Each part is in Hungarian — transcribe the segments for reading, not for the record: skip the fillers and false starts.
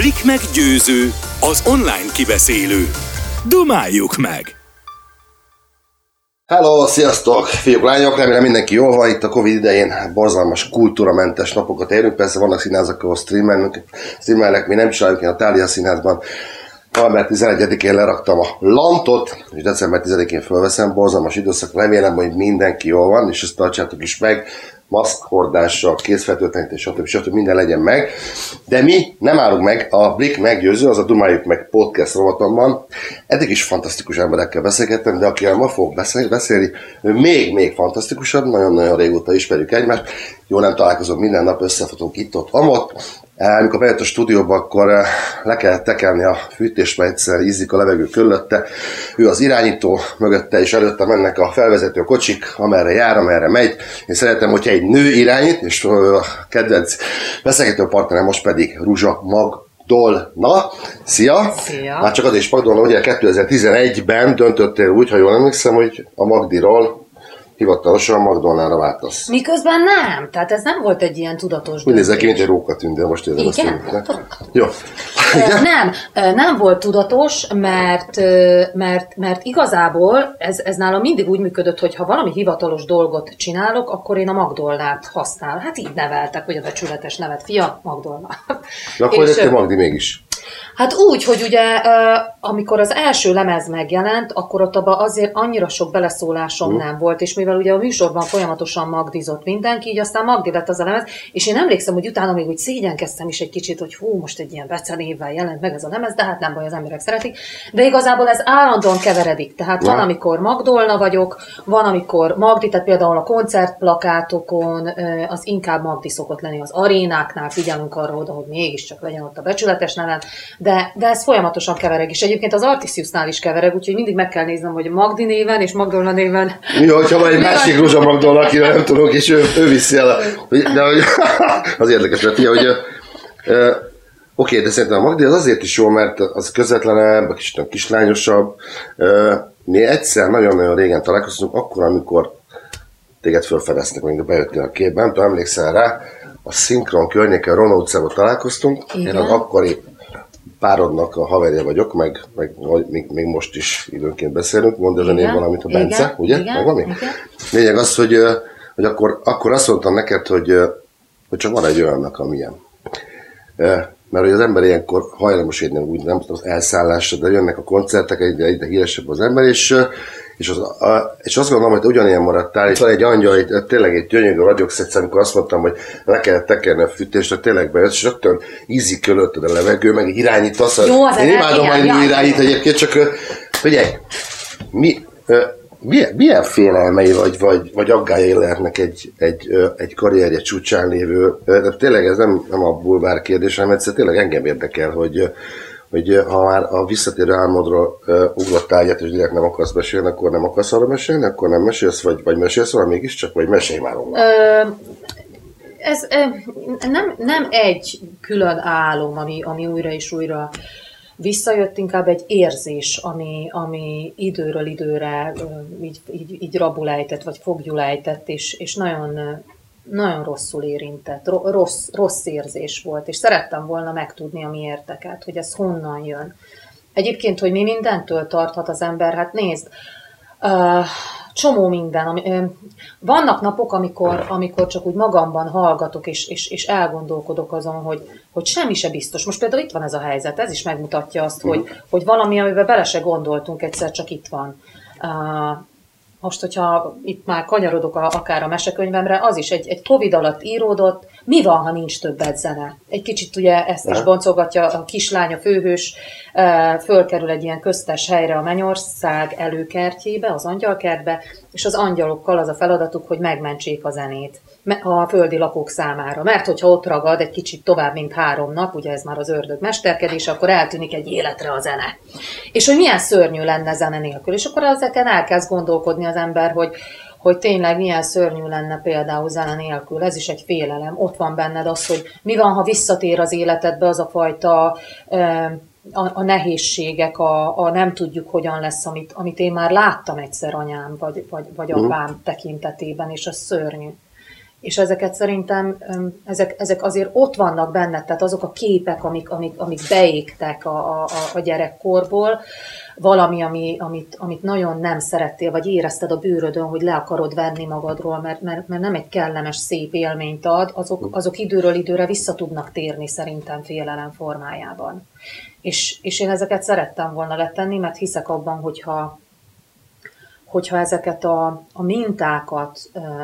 Blik meg győző, az online kibeszélő. Dumáljuk meg! Hello, sziasztok, fiúk, lányok, remélem mindenki jól van, itt a Covid idején borzalmas, kultúramentes napokat érünk, persze vannak színházak, ahol streamelnek, mi nem csináljuk, én a Thália Színházban november 11-én leraktam a lantot, és december 10-én fölveszem, borzalmas időszak, remélem, hogy mindenki jól van, és ezt tartsátok is meg, maszkhordással, kézfertőtlenítés, stb. Minden legyen meg. De mi nem állunk meg, a Blik meggyőző, az a Dumáljuk meg podcast rovatomban. Eddig is fantasztikus emberekkel beszélgettem, de akivel ma fogok beszélni, ő még fantasztikusabb, nagyon-nagyon régóta ismerjük egymást. Jó, nem találkozom minden nap, összefutunk itt-ott, amott. Amikor bejött a stúdióba, akkor le kellett tekerni a fűtést, mert egyszer ízik a levegő körülötte. Ő az irányító, mögötte és előtte mennek a felvezető kocsik, amerre jár, amerre megy. Én szeretem, hogyha egy nő irányít, és a kedvenc beszélgető partnerem most pedig Ruzsa Magdolna. Szia! Szia! Már csak azért is Magdolna, ugye 2011-ben döntöttél úgy, ha jól emlékszem, hogy a Magdiról hivatalosan Magdolnára váltasz. Miközben nem, tehát ez nem volt egy ilyen tudatos úgy nézek ki, mint egy rókatűn, de most érzem igen? azt. Jó. Nem volt tudatos, mert igazából ez nálam mindig úgy működött, hogy ha valami hivatalos dolgot csinálok, akkor én a Magdolnát használom. Hát így neveltek, vagy a becsületes nevet, fia, Magdolna. De akkor jöttél Magdi mégis. Hát úgy, hogy ugye amikor az első lemez megjelent, akkor ott abban azért annyira sok beleszólásom nem volt, és mivel ugye a műsorban folyamatosan magdizott mindenki, így aztán Magdi lett az a lemez, és én emlékszem, hogy utána még úgy szégyenkeztem is egy kicsit, hogy hú, most egy ilyen becenévvel jelent meg ez a lemez, de hát nem baj, az emberek szeretik, de igazából ez állandóan keveredik, tehát van, amikor Magdolna vagyok, van, amikor Magdi, tehát például a koncertplakátokon az inkább Magdi szokott lenni, az arénáknál figyelünk arra oda, hogy mégiscsak legyen ott a becsületes neve, de ez folyamatosan kevereg, és egyébként az Artisiusnál is kevereg, úgyhogy mindig meg kell néznem, hogy Magdi néven és Magdolna néven. Jó, hogyha van egy másik Ruzsa Magdolna, akire nem tudok, és ő viszi el. De az érdekes, mert hogy oké, de szerintem a Magdi az azért is jó, mert az közvetlenebb, kicsit kislányosabb. Mi egyszer nagyon-nagyon régen találkoztunk, akkor, amikor téged felfedeztek, amikor bejöttél a képben, nem tudom, emlékszel rá, a Szinkron környéken, Rona utcában találkoztunk. Igen. Én az akkori párodnak a haverja vagyok, meg még most is időnként beszélünk, mondd el a név valamit, a Bence, igen, ugye? Igen, meg valami? Igen. Lényeg az, hogy akkor azt mondtam neked, hogy csak van egy olyannak, amilyen. Mert hogy az ember ilyenkor hajlamos úgy nem tudom, az elszállásra, de jönnek a koncertek, egyre híresebb az ember, és azt gondolom, hogy ugyanilyen maradtál, és van egy angyal, tényleg egy gyönyörű ragyogsz egyszer, amikor azt mondtam, hogy le kellett tekerni a fűtést, hogy tényleg bejött, és rögtön ízik körülötted a levegő, meg irányítasz. Jó, az én imádom, hogy ő irányít egyébként, csak figyelj, milyen félelmei vagy aggályai lehetnek egy karrierje csúcsán lévő, de tényleg ez nem a bulvár kérdés, hanem egyszer tényleg engem érdekel, hogy ha már a visszatérő álmodról ugrottál egyet, és direkt nem akarsz mesélni, akkor nem akarsz arra mesélni, akkor nem mesélsz, vagy mesélsz arra mégiscsak, vagy mesélj már róla. Ez nem egy külön álom, ami újra és újra visszajött, inkább egy érzés, ami időről időre így rabul ejtett, vagy foglyul ejtett, és nagyon rosszul érintett, rossz érzés volt, és szerettem volna megtudni a miérteket, hogy ez honnan jön. Egyébként, hogy mi mindentől tarthat az ember, hát nézd, csomó minden. Vannak napok, amikor csak úgy magamban hallgatok, és elgondolkodok azon, hogy semmi se biztos. Most például itt van ez a helyzet, ez is megmutatja azt, hogy valami, amiben bele se gondoltunk, egyszer csak itt van. Most, hogyha itt már kanyarodok akár a mesekönyvemre, az is egy Covid alatt íródott, mi van, ha nincs többet zene? Egy kicsit ugye ezt is boncolgatja a kislány, a főhős, fölkerül egy ilyen köztes helyre a Mennyország előkertjébe, az angyalkertbe, és az angyalokkal az a feladatuk, hogy megmentsék a zenét a földi lakók számára. Mert hogyha ott ragad egy kicsit tovább, mint 3 nap, ugye ez már az ördög mesterkedése, akkor eltűnik egy életre a zene. És hogy milyen szörnyű lenne zene nélkül. És akkor ezeken elkezd gondolkodni az ember, hogy tényleg milyen szörnyű lenne például zene nélkül. Ez is egy félelem. Ott van benned az, hogy mi van, ha visszatér az életedbe az a fajta a nehézségek, a nem tudjuk, hogyan lesz, amit én már láttam egyszer anyám, vagy apám tekintetében, és az szörnyű. És ezeket szerintem, ezek azért ott vannak benned, tehát azok a képek, amik beégtek a gyerekkorból, valami, amit nagyon nem szerettél, vagy érezted a bőrödön, hogy le akarod venni magadról, mert nem egy kellemes, szép élményt ad, azok időről időre vissza tudnak térni szerintem félelem formájában. És én ezeket szerettem volna letenni, mert hiszek abban, hogyha ezeket a mintákat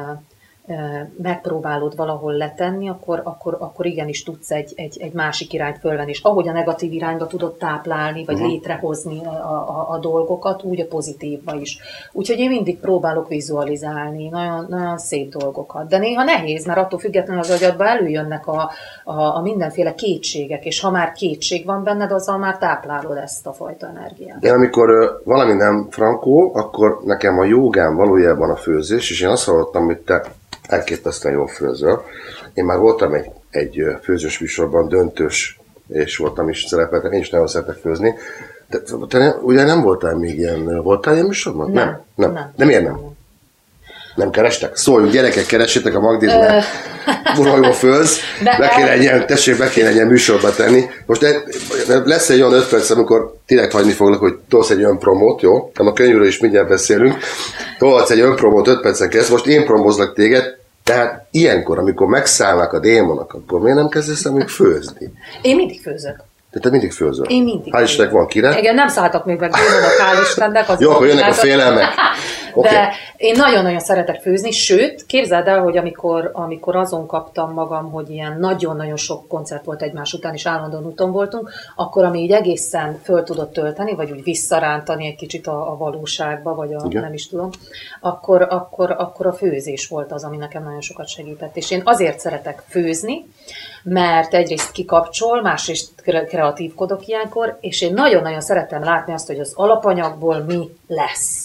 megpróbálod valahol letenni, akkor igenis tudsz egy másik irányt fölvenni. És ahogy a negatív irányba tudod táplálni, vagy létrehozni a dolgokat, úgy a pozitívba is. Úgyhogy én mindig próbálok vizualizálni nagyon, nagyon szép dolgokat. De néha nehéz, mert attól függetlenül az agyadba előjönnek a mindenféle kétségek, és ha már kétség van benned, azzal már táplálod ezt a fajta energiát. Én amikor valami nem frankó, akkor nekem a jogám valójában a főzés, és én azt hallottam, hogy te elképesztően jól főzöl. Én már voltam egy főzős műsorban, döntős, és voltam is szerepeltem, én is nagyon szeretek főzni. Te ugye nem voltál még ilyen, voltál ilyen műsorban? Nem. De miért nem? Nem kerestek? Szóljunk, gyerekek, keressétek a Magdit, mert jól főz. Be kéne egy ilyen műsorba tenni. Most lesz egy olyan 5 perc, amikor direkt hagyni foglak, hogy tolsz egy önpromót, jó? Nem a könyvről is mindjárt beszélünk. Tolsz egy önpromót 5 percen keresztül, most én promózlak téged, tehát ilyenkor, amikor megszállnak a démonok, akkor miért nem kezdesz el még főzni? Én mindig főzök. De te mindig főzöl. Én mindig. Hál' Istennek van király. Igen, nem szálltak még meg démonok, hál' Istennek. Jó, akkor jönnek a félelmek. De én nagyon-nagyon szeretek főzni, sőt, képzeld el, hogy amikor azon kaptam magam, hogy ilyen nagyon-nagyon sok koncert volt egymás után, és állandóan úton voltunk, akkor ami így egészen föl tudott tölteni, vagy úgy visszarántani egy kicsit a valóságba, vagy nem is tudom, akkor a főzés volt az, ami nekem nagyon sokat segített. És én azért szeretek főzni, mert egyrészt kikapcsol, másrészt kreatívkodok ilyenkor, és én nagyon-nagyon szeretem látni azt, hogy az alapanyagból mi lesz.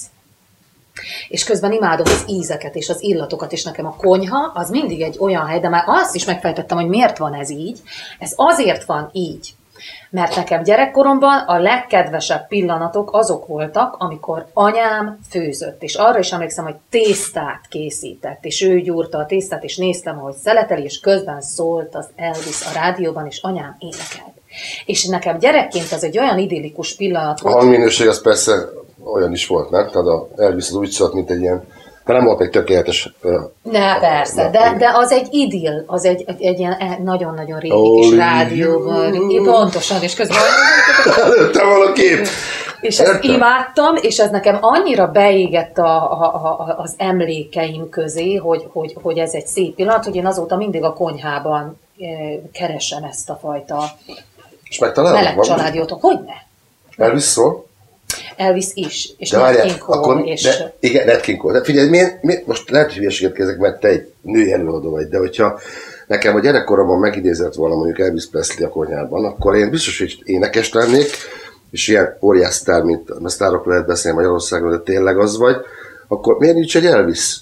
És közben imádom az ízeket és az illatokat, és nekem a konyha az mindig egy olyan hely, de már azt is megfejtettem, hogy miért van ez így. Ez azért van így, mert nekem gyerekkoromban a legkedvesebb pillanatok azok voltak, amikor anyám főzött, és arra is emlékszem, hogy tésztát készített, és ő gyúrta a tésztát, és néztem, ahogy szeleteli, és közben szólt az Elvis a rádióban, és anyám énekelt. És nekem gyerekként ez egy olyan idillikus pillanat volt. A hangminőség az persze olyan is volt, nem? Tehát a Elvis az úgy szólt, mint egy ilyen, de nem volt egy tökéletes... Ne, persze, de az egy idill, az egy ilyen nagyon-nagyon régi kis rádióban. Pontosan, és közben... Előttem van a kép! És ezt imádtam, és ez nekem annyira beégett az emlékeim közé, hogy ez egy szép pillanat, hogy én azóta mindig a konyhában keresem ezt a fajta meleg családi otthon. Hogyne? Elvis szól? Elvis is, és de Nat King Cole. Igen, Nat King Cole. De figyelj, miért, most lehet, hogy hülyeséget kezdek, mert te egy női előadó vagy, de hogyha nekem a gyerekkoromban megidézett volna mondjuk Elvis Presley a konyhában, akkor én biztos, hogy énekes lennék, és ilyen óriás sztár, mint a sztárok lehet beszélni Magyarországon, de tényleg az vagy, akkor miért nincs egy Elvis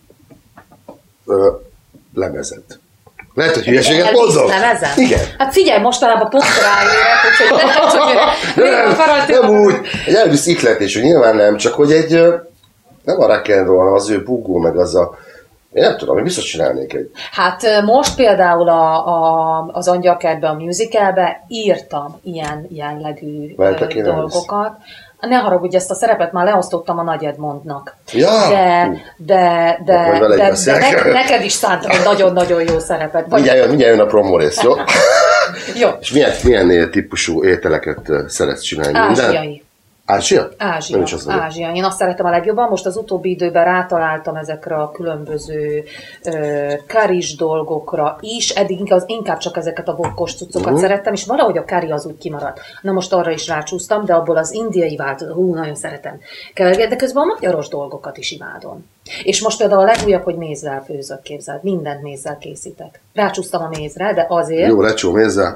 lemezet? Lehet, hogy hülyeséget mondom. Igen. Hát figyelj, mostanában pont ráérek, úgyhogy nem úgy. Egy Elvis ihletés, hogy nyilván nem, csak hogy egy nem a rock and roll, az ő bugó, meg az a... Én nem tudom, én biztos csinálnék egy. Hát most például az Angyalkertben, a musicalbe írtam ilyen jellegű dolgokat. Ne haragudj, ezt a szerepet már leosztottam a Nagy Edmondnak. Ja. De neked is szántam egy nagyon-nagyon jó szerepet. Mindjárt jön a promó rész, jó? Jó. És milyen típusú ételeket szeretsz csinálni? Ázsiai. Ázsia? Ázsia. Én azt szeretem a legjobban. Most az utóbbi időben rátaláltam ezekre a különböző currys dolgokra is. Eddig inkább csak ezeket a vodkos cuccokat szerettem, és valahogy a curry az úgy kimaradt. Na most arra is rácsúsztam, de abból az indiai változat, nagyon szeretem. De közben a magyaros dolgokat is imádom. És most például a legújabb, hogy mézzel főzök, képzeld. Mindent mézzel készítek. Rácsúsztam a mézre, de azért... Jó, lecsó mézzel.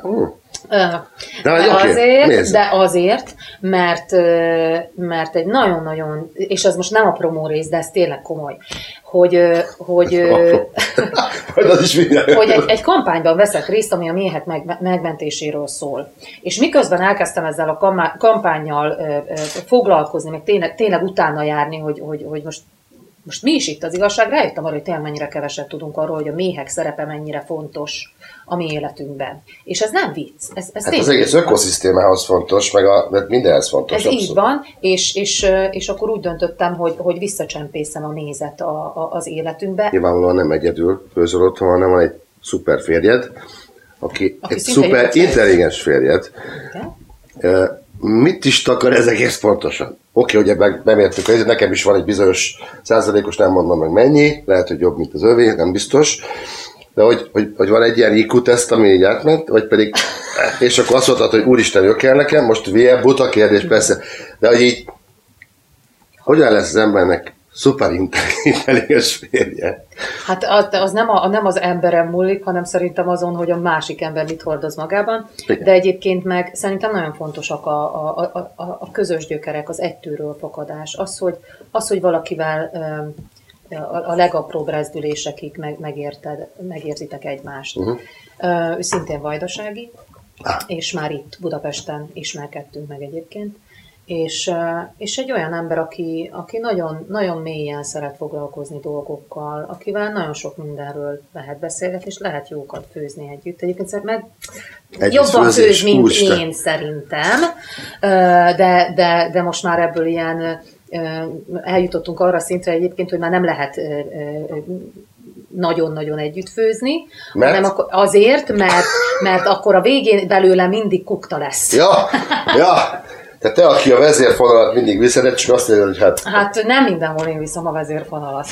De azért, mert egy nagyon-nagyon, és ez most nem a promó rész, de ez tényleg komoly, hogy egy kampányban veszek részt, ami a méhek megmentéséről szól. És miközben elkezdtem ezzel a kampánnyal foglalkozni, meg tényleg utána járni, hogy most Most mi is itt az igazság, rájöttem arra, hogy tényleg mennyire keveset tudunk arról, hogy a méhek szerepe mennyire fontos a mi életünkben. És ez nem vicc. Ez hát az egész ökoszisztémához fontos, meg mindenhez fontos. Ez abszolút. Így van, és akkor úgy döntöttem, hogy visszacsempészem a mézet az életünkbe. Nyilvánvalóan nem egyedül főzöl otthon, hanem van egy szuper férjed, aki egy szuper intelligens férjed. Okay. Mit is takar ez egész pontosan? Oké, ugye bemértük, hogy nekem is van egy bizonyos százalékos, nem mondom meg mennyi, lehet, hogy jobb, mint az övé, nem biztos. De hogy van egy ilyen IQ-teszt, ami így átment, vagy pedig, és akkor azt mondtad, hogy úristen, ő kell nekem, most ilyen buta kérdés persze, de hogy így, hogyan lesz az embernek szuper intelligens férje? Hát az nem az emberen múlik, hanem szerintem azon, hogy a másik ember mit hordoz magában. Igen. De egyébként meg szerintem nagyon fontosak a közös gyökerek, az egytőről fakadás. Az, hogy valakivel a legapróbb rezdülésekig megérzitek egymást. Ő szintén vajdasági, és már itt Budapesten ismerkedtünk meg egyébként. És egy olyan ember, aki nagyon, nagyon mélyen szeret foglalkozni dolgokkal, akivel nagyon sok mindenről lehet beszélgetni, és lehet jókat főzni együtt. Egyébként meg jobban főz, mint én szerintem, de most már ebből ilyen eljutottunk arra szintre egyébként, hogy már nem lehet nagyon-nagyon együtt főzni, hanem azért, mert akkor a végén belőle mindig kukta lesz. Ja. Tehát te, aki a vezérfonalat mindig viszed, csak azt mondja, hogy hát... Hát nem mindenhol én viszem a vezérfonalat.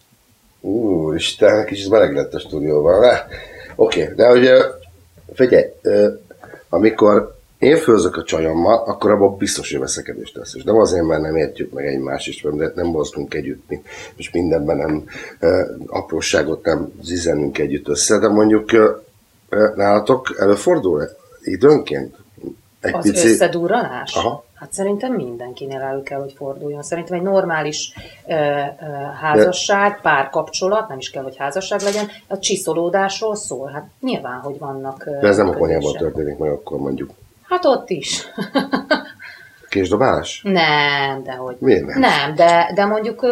Úristen, kicsit meleg lett a stúdióban. Oké, de hogy figyelj, amikor én főzök a csajommal, akkor abban biztos, hogy veszekedést lesz. És nem azért, mert nem értjük meg egymást is, mert nem mozgunk együtt, és mindenben nem apróságot nem zizenünk együtt össze, de mondjuk nálatok előfordul időnként? Az összedurranás? Aha. Hát szerintem mindenkinél elő kell, hogy forduljon. Szerintem egy normális házasság, párkapcsolat, nem is kell, hogy házasság legyen, a csiszolódásról szól. Hát nyilván, hogy vannak... De ez nem a konyhában történik meg, akkor mondjuk. Hát ott is. Késdobálás? Nem, dehogy. Miért nem? Nem, de mondjuk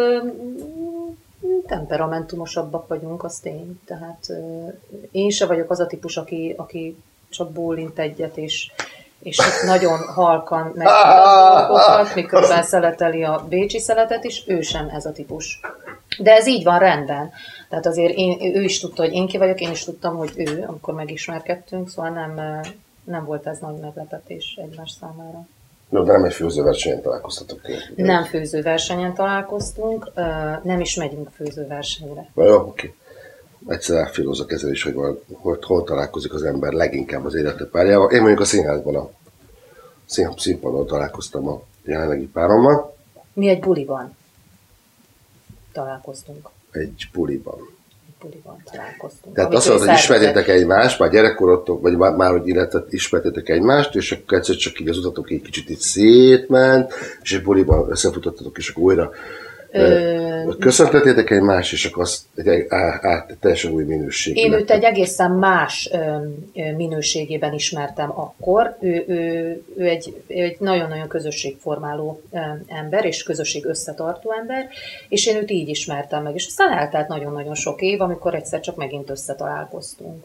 temperamentumosabbak vagyunk, az tény. Tehát én se vagyok az a típus, aki csak bólint egyet, és nagyon halkan megtalál dolgokat, miközben szeleteli a bécsi szeletet is, ő sem ez a típus. De ez így van, rendben. Tehát azért ő is tudta, hogy én ki vagyok, én is tudtam, hogy ő, amikor megismerkedtünk, szóval nem volt ez nagy meglepetés egymás számára. No, de nem egy főzőversenyen találkoztatok. Nem főzőversenyen találkoztunk, nem is megyünk főzőversenyre. Jó, oké. Egyszer elfilózok ezzel is, hogy hol találkozik az ember leginkább az élete párjával. Én mondjuk a színházban, a színpadon találkoztam a jelenlegi párommal. Mi egy buliban találkoztunk. Egy buliban találkoztunk. Tehát azt mondod, hogy ismertétek egymást, már gyerekkorottok, vagy már hogy ismertétek egymást, és akkor egyszer csak így az utatok egy kicsit itt szétment, és egy buliban összefutottatok, és akkor újra köszöntetétek egymást, és akkor azt teljesen új minőségű. Én őt egy egészen más minőségében ismertem akkor. Ő egy nagyon-nagyon közösségformáló ember, és közösség összetartó ember, és én őt így ismertem meg. És aztán eltelt nagyon-nagyon sok év, amikor egyszer csak megint összetalálkoztunk.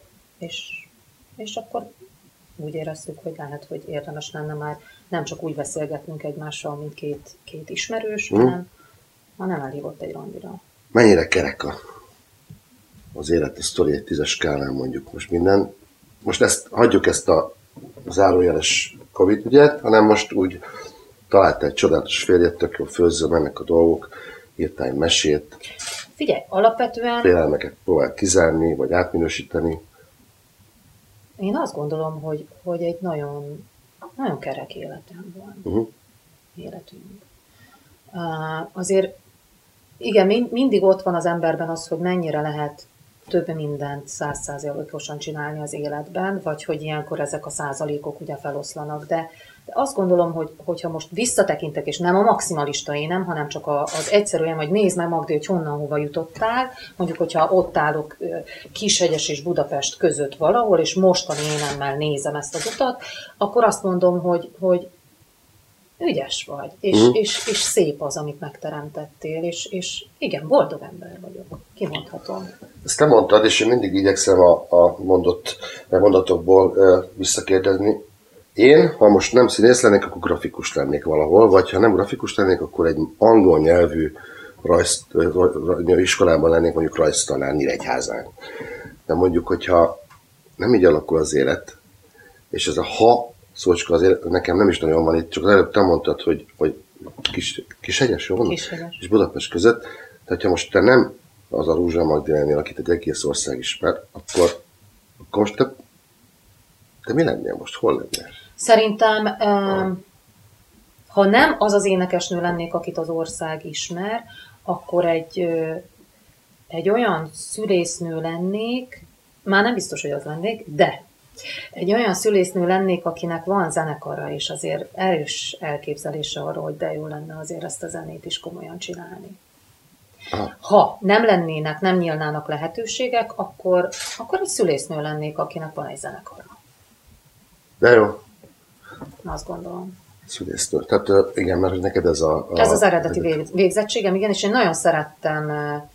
És akkor úgy éreztük, hogy lehet, hogy érdemes lenne már nem csak úgy beszélgetnünk egymással, mint két ismerős, hanem elhívott egy randira. Mennyire kerek az élet, a sztori egy 10-es skálán mondjuk most minden. Most hagyjuk ezt a zárójeles Covid ügyet, hanem most úgy találtál egy csodálatos férjet, tök jól főzzöl, mennek a dolgok, írtál egy mesét. Figyelj, alapvetően... Félelmeket próbál kizárni, vagy átminősíteni. Én azt gondolom, hogy egy nagyon, nagyon kerek életem van. Életünk. Azért igen, mindig ott van az emberben az, hogy mennyire lehet több mindent 100%-osan csinálni az életben, vagy hogy ilyenkor ezek a százalékok ugye feloszlanak, de azt gondolom, hogyha most visszatekintek, és nem a maximalista énem, hanem csak az egyszerűen, hogy nézd meg, Magdi, hogy honnan, hova jutottál, mondjuk, hogyha ott állok Kishegyes és Budapest között valahol, és mostani énemmel nézem ezt az utat, akkor azt mondom, hogy ügyes vagy, és szép az, amit megteremtettél, és igen, boldog ember vagyok, kimondhatom. Ezt te mondtad, és én mindig igyekszem a mondatokból visszakérdezni. Én, ha most nem színész lennék, akkor grafikus lennék valahol, vagy ha nem grafikus lennék, akkor egy angol nyelvű iskolában lennék, mondjuk rajztanár Nyíregyházán. De mondjuk, hogyha nem így alakul az élet, és ez a ha szócska azért nekem nem is nagyon van itt, csak az előbb te mondtad, hogy Kishegyes, jó van? Kishegyes. És Budapest között. Tehát ha most te nem az a Rúzsa Magdi lennél, akit egy egész ország ismer, akkor most te mi lennél most? Hol lennél? Szerintem, ha nem az az énekesnő lennék, akit az ország ismer, akkor egy olyan szülésznő lennék, már nem biztos, hogy az lennék, de egy olyan szülésznő lennék, akinek van zenekara, és azért erős elképzelése arról, hogy de jó lenne azért ezt a zenét is komolyan csinálni. Ha nem lennének, nem nyílnának lehetőségek, akkor egy szülésznő lennék, akinek van egy zenekara. De jó. Azt gondolom. Szülésznő. Tehát igen, mert neked ez Ez az eredeti végzettségem, igen, és én nagyon szerettem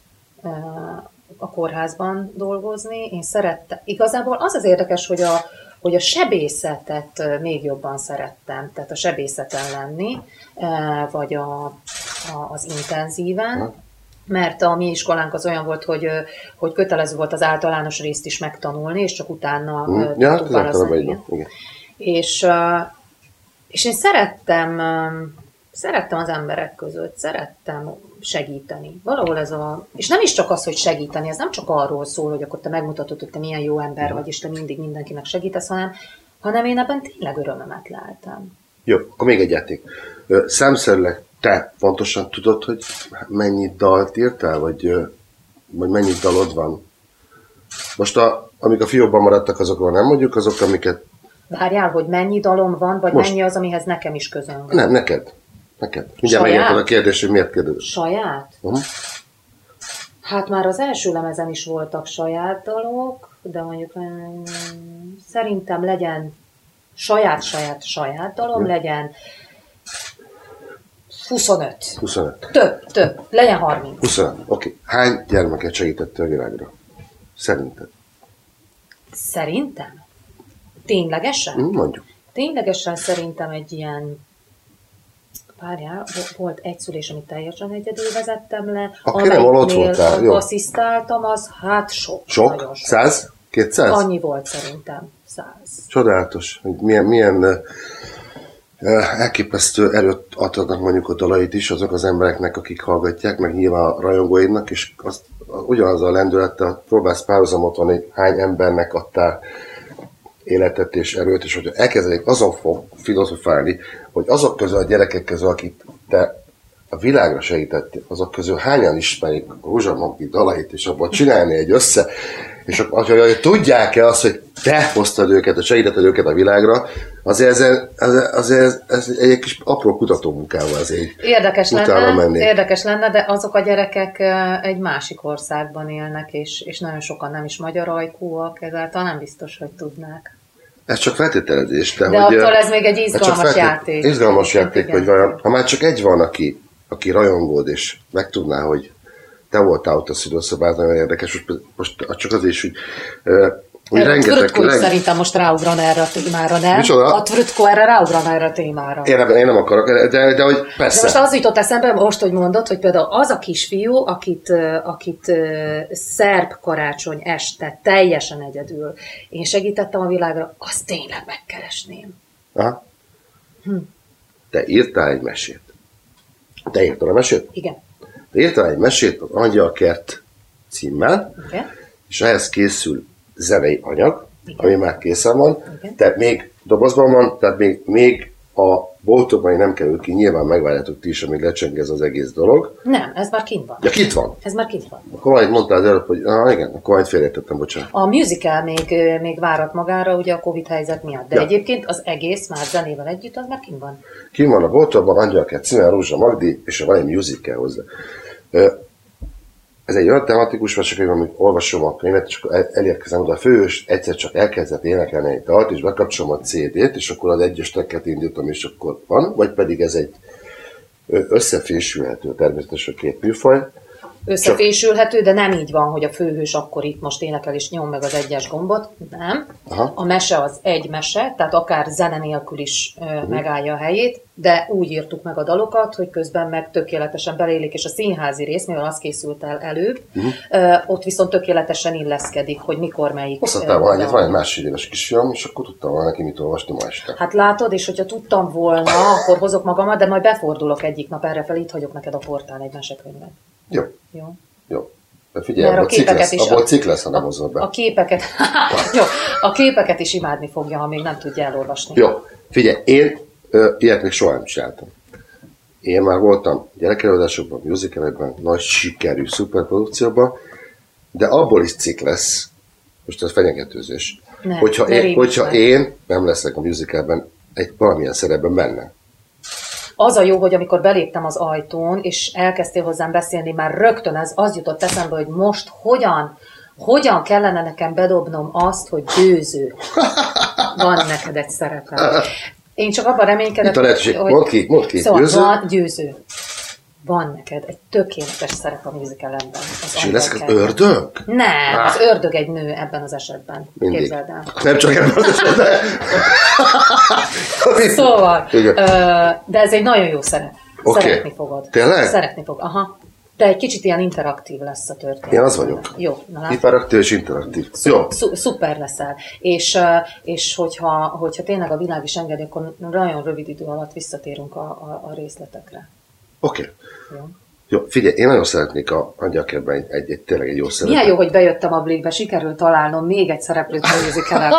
a kórházban dolgozni. Én szerettem. Igazából az érdekes, hogy a sebészetet még jobban szerettem, tehát a sebészeten lenni, vagy az intenzíven, mert a mi iskolánk az olyan volt, hogy kötelező volt az általános részt is megtanulni, és csak utána tudtuk választani. És én szerettem az emberek között, szerettem segíteni. Valahol és nem is csak az, hogy segíteni, ez nem csak arról szól, hogy akkor te megmutatod, hogy te milyen jó ember vagy, és te mindig mindenkinek segítesz, hanem én ebben tényleg örömömet leltem. Jó, akkor még egy játék. Számszerűleg te pontosan tudod, hogy mennyi dalt írtál, vagy mennyi dalod van? Most amik a fiókban maradtak, azokról nem mondjuk, azok, amiket... Várjál, hogy mennyi dalom van, vagy most. Mennyi az, amihez nekem is közöm van? Nem, neked. Mindjárt megérted a kérdés, hogy miért kérdez. Saját? Hát már az első lemezen is voltak saját dalok, de mondjuk szerintem legyen saját dalom, legyen 25. 25. Több. Legyen 30. 25. Oké. Hány gyermeket segítettél a világra? Szerinted? Szerintem? Ténylegesen? Mondjuk. Ténylegesen szerintem egy ilyen... Várjál, volt egy szülés, amit teljesen egyedül vezettem le. Akkor nem ott voltál, jó. Asszisztáltam, az hát sok. Sok? 100? 200? Annyi volt szerintem. 100. Csodálatos, hogy milyen elképesztő erőt adnak mondjuk a dalait is azok az embereknek, akik hallgatják, meg nyilván a rajongóidnak, és ugyanazzal a lendülettel próbálsz párhuzamot vonni, hogy hány embernek adtál életet és erőt, és hogyha elkezdenék azon filozofálni, hogy azok közül a gyerekek közül, akik te a világra segítettél, azok közül hányan ismerik a Rúzsa Magdi dalait, és abban csinálni egy össze, és hogy tudják-e azt, hogy te hoztad őket, segítetted őket a világra, azért ez egy kis apró kutatómunkával azért érdekes lenne, de azok a gyerekek egy másik országban élnek, és nagyon sokan nem is magyar ajkúak, ezáltal nem biztos, hogy tudnák. Ez csak feltételezés. De hogy, attól ez még egy izgalmas játék. Izgalmas játék, hogy vajon, ha már csak egy van, aki rajongód, és megtudná, hogy te voltál ott a szülőszobában, nagyon érdekes, most csak az is, hogy rengeteg... Szerintem most ráugran erre a témára, nem? Micsoda? A Trütko erre ráugran erre a témára. Én nem akarok, de hogy persze. De most az jutott eszembe, most, hogy mondod, hogy például az a kisfiú, akit szerb karácsony este teljesen egyedül én segítettem a világra, azt tényleg megkeresném. Aha. Te írtál egy mesét. Te írtál a mesét? Igen. Te írtál egy mesét az Angyalkert címmel, igen. És ehhez készül zenei anyag, igen. Ami már készen van, igen. Tehát még dobozban van, tehát még a boltokban nem kerül ki, nyilván megvárjátok ti is, amíg lecseng ez az egész dolog. Nem, ez már kint van. Ja, kint van? Ez már kint van. Akkor majd mondtál az előbb, hogy igen, akkor majd félreértettem, bocsánat. A musical még várat magára, ugye a Covid helyzet miatt, de egyébként az egész már zenével együtt, az már kint van. Kint van a boltokban, Angyalkert címmel, Rúzsa Magdi, és van egy musical hozzá. ez egy olyan tematikus vesekönyv, amit olvasom a könyvet, és akkor elérkezem oda a főhős, egyszer csak elkezdett énekelni egy dalt, és bekapcsolom a CD-t, és akkor az egyes tekket indítom, és akkor van, vagy pedig ez egy összefésülhető természetesen két műfaj. Összefésülhető, de nem így van, hogy a főhős akkor itt most énekel és nyom meg az egyes gombot. Nem. Aha. A mese az egy mese, tehát akár zene nélkül is megállja a helyét, de úgy írtuk meg a dalokat, hogy közben meg tökéletesen belélik, és a színházi rész, mivel az készült el előbb, ott viszont tökéletesen illeszkedik, hogy mikor melyik. Hosszatában van egy másfél éves kisfiam, és akkor tudtam volna neki mit olvasni ma este. Hát látod, és hogyha tudtam volna, akkor hozok magamat, de majd befordulok egyik nap errefelé, itt hagyok neked a portán egy mesekönyvet. Jó. Jó. Jó. De figyelj, abból cikk lesz, ha nem hozod be. A képeket, jó, a képeket is imádni fogja, ha még nem tudja elolvasni. Jó. Figyelj, én ilyet még soha nem csináltam. Én már voltam gyerekelőadásokban, musicalekben, nagy sikerű szuperprodukcióban, de abból is cikk lesz, most ez fenyegetőzés, hogyha én nem leszek a musicalben egy valamilyen szerepben benne. Az a jó, hogy amikor beléptem az ajtón, és elkezdtél hozzám beszélni, már rögtön az jutott eszembe, hogy most hogyan kellene nekem bedobnom azt, hogy győző. Van neked egy szerepem. Én csak abban reménykedek, hogy... Mondd ki, szóval győző? Van győző. Van neked egy tökéletes szerep a musicalemben. És ő lesz az ördög? Nem, az ördög egy nő ebben az esetben. Mindig. Képzeld el. Nem csak ebben az esetben. Szóval, de ez egy nagyon jó szerep. Okay. Szeretni fogod. Tényleg? Szeretni fogod, aha. De egy kicsit ilyen interaktív lesz a történet. Én az vagyok. Jó, na interaktív és interaktív. Jó. Szuper leszel. És hogyha tényleg a világ is engedi, akkor nagyon rövid idő alatt visszatérünk a részletekre. Oké. Jó, figyelj, én nagyon szeretnék a Angyalkertben tényleg egy jó szerepet. Milyen jó, hogy bejöttem a Blikbe, sikerült találnom még egy szereplőt a musicalben.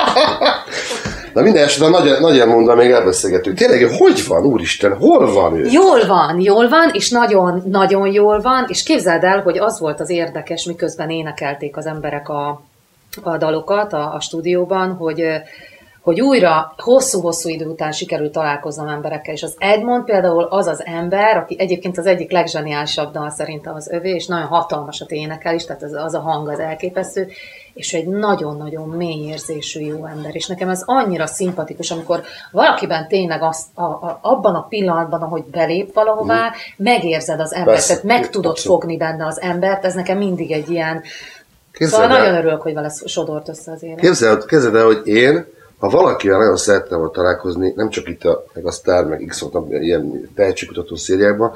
Na minden esetben nagyon mondva még elbeszélgetünk. Tényleg, hogy van, úristen, hol van ő? Jól van, és nagyon jól van, és képzeld el, hogy az volt az érdekes, miközben énekelték az emberek a dalokat a stúdióban, hogy újra hosszú-hosszú idő után sikerült találkoznom emberekkel, és az Edmond például az az ember, aki egyébként az egyik legzseniálisabb dal szerintem az övé, és nagyon hatalmasat énekel is, tehát az a hang az elképesztő, és egy nagyon-nagyon mély érzésű jó ember, és nekem ez annyira szimpatikus, amikor valakiben tényleg abban a pillanatban, ahogy belép valahová, megérzed az embert, tehát meg tudod fogni benne az embert, ez nekem mindig egy ilyen... Szóval nagyon örülök, hogy vele sodort össze az élet. Képzeld el, hogy én, ha valakivel nagyon szerettem volna találkozni, nem csak itt meg a Sztár, meg X volt ilyen tehetségkutató szériákban,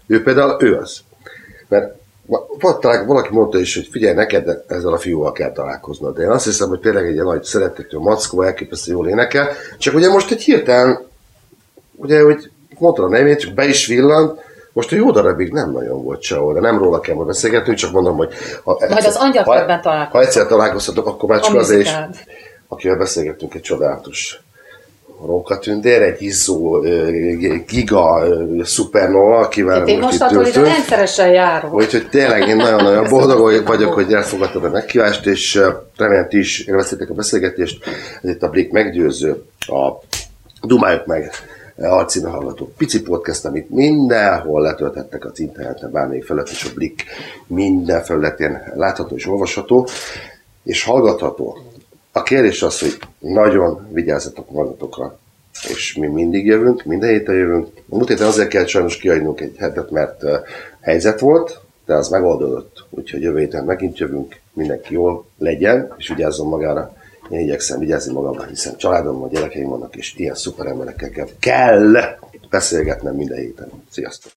ő az. Mert valaki mondta is, hogy figyelj, neked ezzel a fiúval kell találkoznod. De én azt hiszem, hogy tényleg egy ilyen nagy szeretető mackó, elképesztő jól énekel. Csak ugye most egy hirtelen, ugye, hogy mondta a nevét, csak be is villant, most a jó darabig nem nagyon volt sehol, de nem róla kell majd beszélgetni, csak mondom, hogy majd az Angyalkertben találkozunk. Ha egyszer találkoztatok, akkor már csak azért is, akivel beszélgettünk, egy csodálatos rókatündér, egy izzó, giga, szupernova, akivel én most attól ide rendszeresen járok. Úgyhogy tényleg én nagyon-nagyon boldog vagyok, hogy elfogadtam a meghívást, és remélem ti is élveztétek a beszélgetést. Ez itt a Blik meggyőző, a Dumáljuk meg alcímű hallgató pici podcast, amit mindenhol letöltettek az interneten, bármelyik felület, és a Blik minden felületén látható és olvasható, és hallgatható. A kérdés az, hogy nagyon vigyázzatok magatokra, és mi mindig jövünk, minden héten jövünk. Múlt héten azért kellett sajnos kiadnunk egy hetet, mert helyzet volt, de az megoldódott, úgyhogy jövő héten megint jövünk, mindenki jól legyen, és vigyázzon magára. Én igyekszem vigyázni magamra, hiszen családommal, gyerekeim vannak, és ilyen szuper emberekkel kell beszélgetnem minden héten. Sziasztok!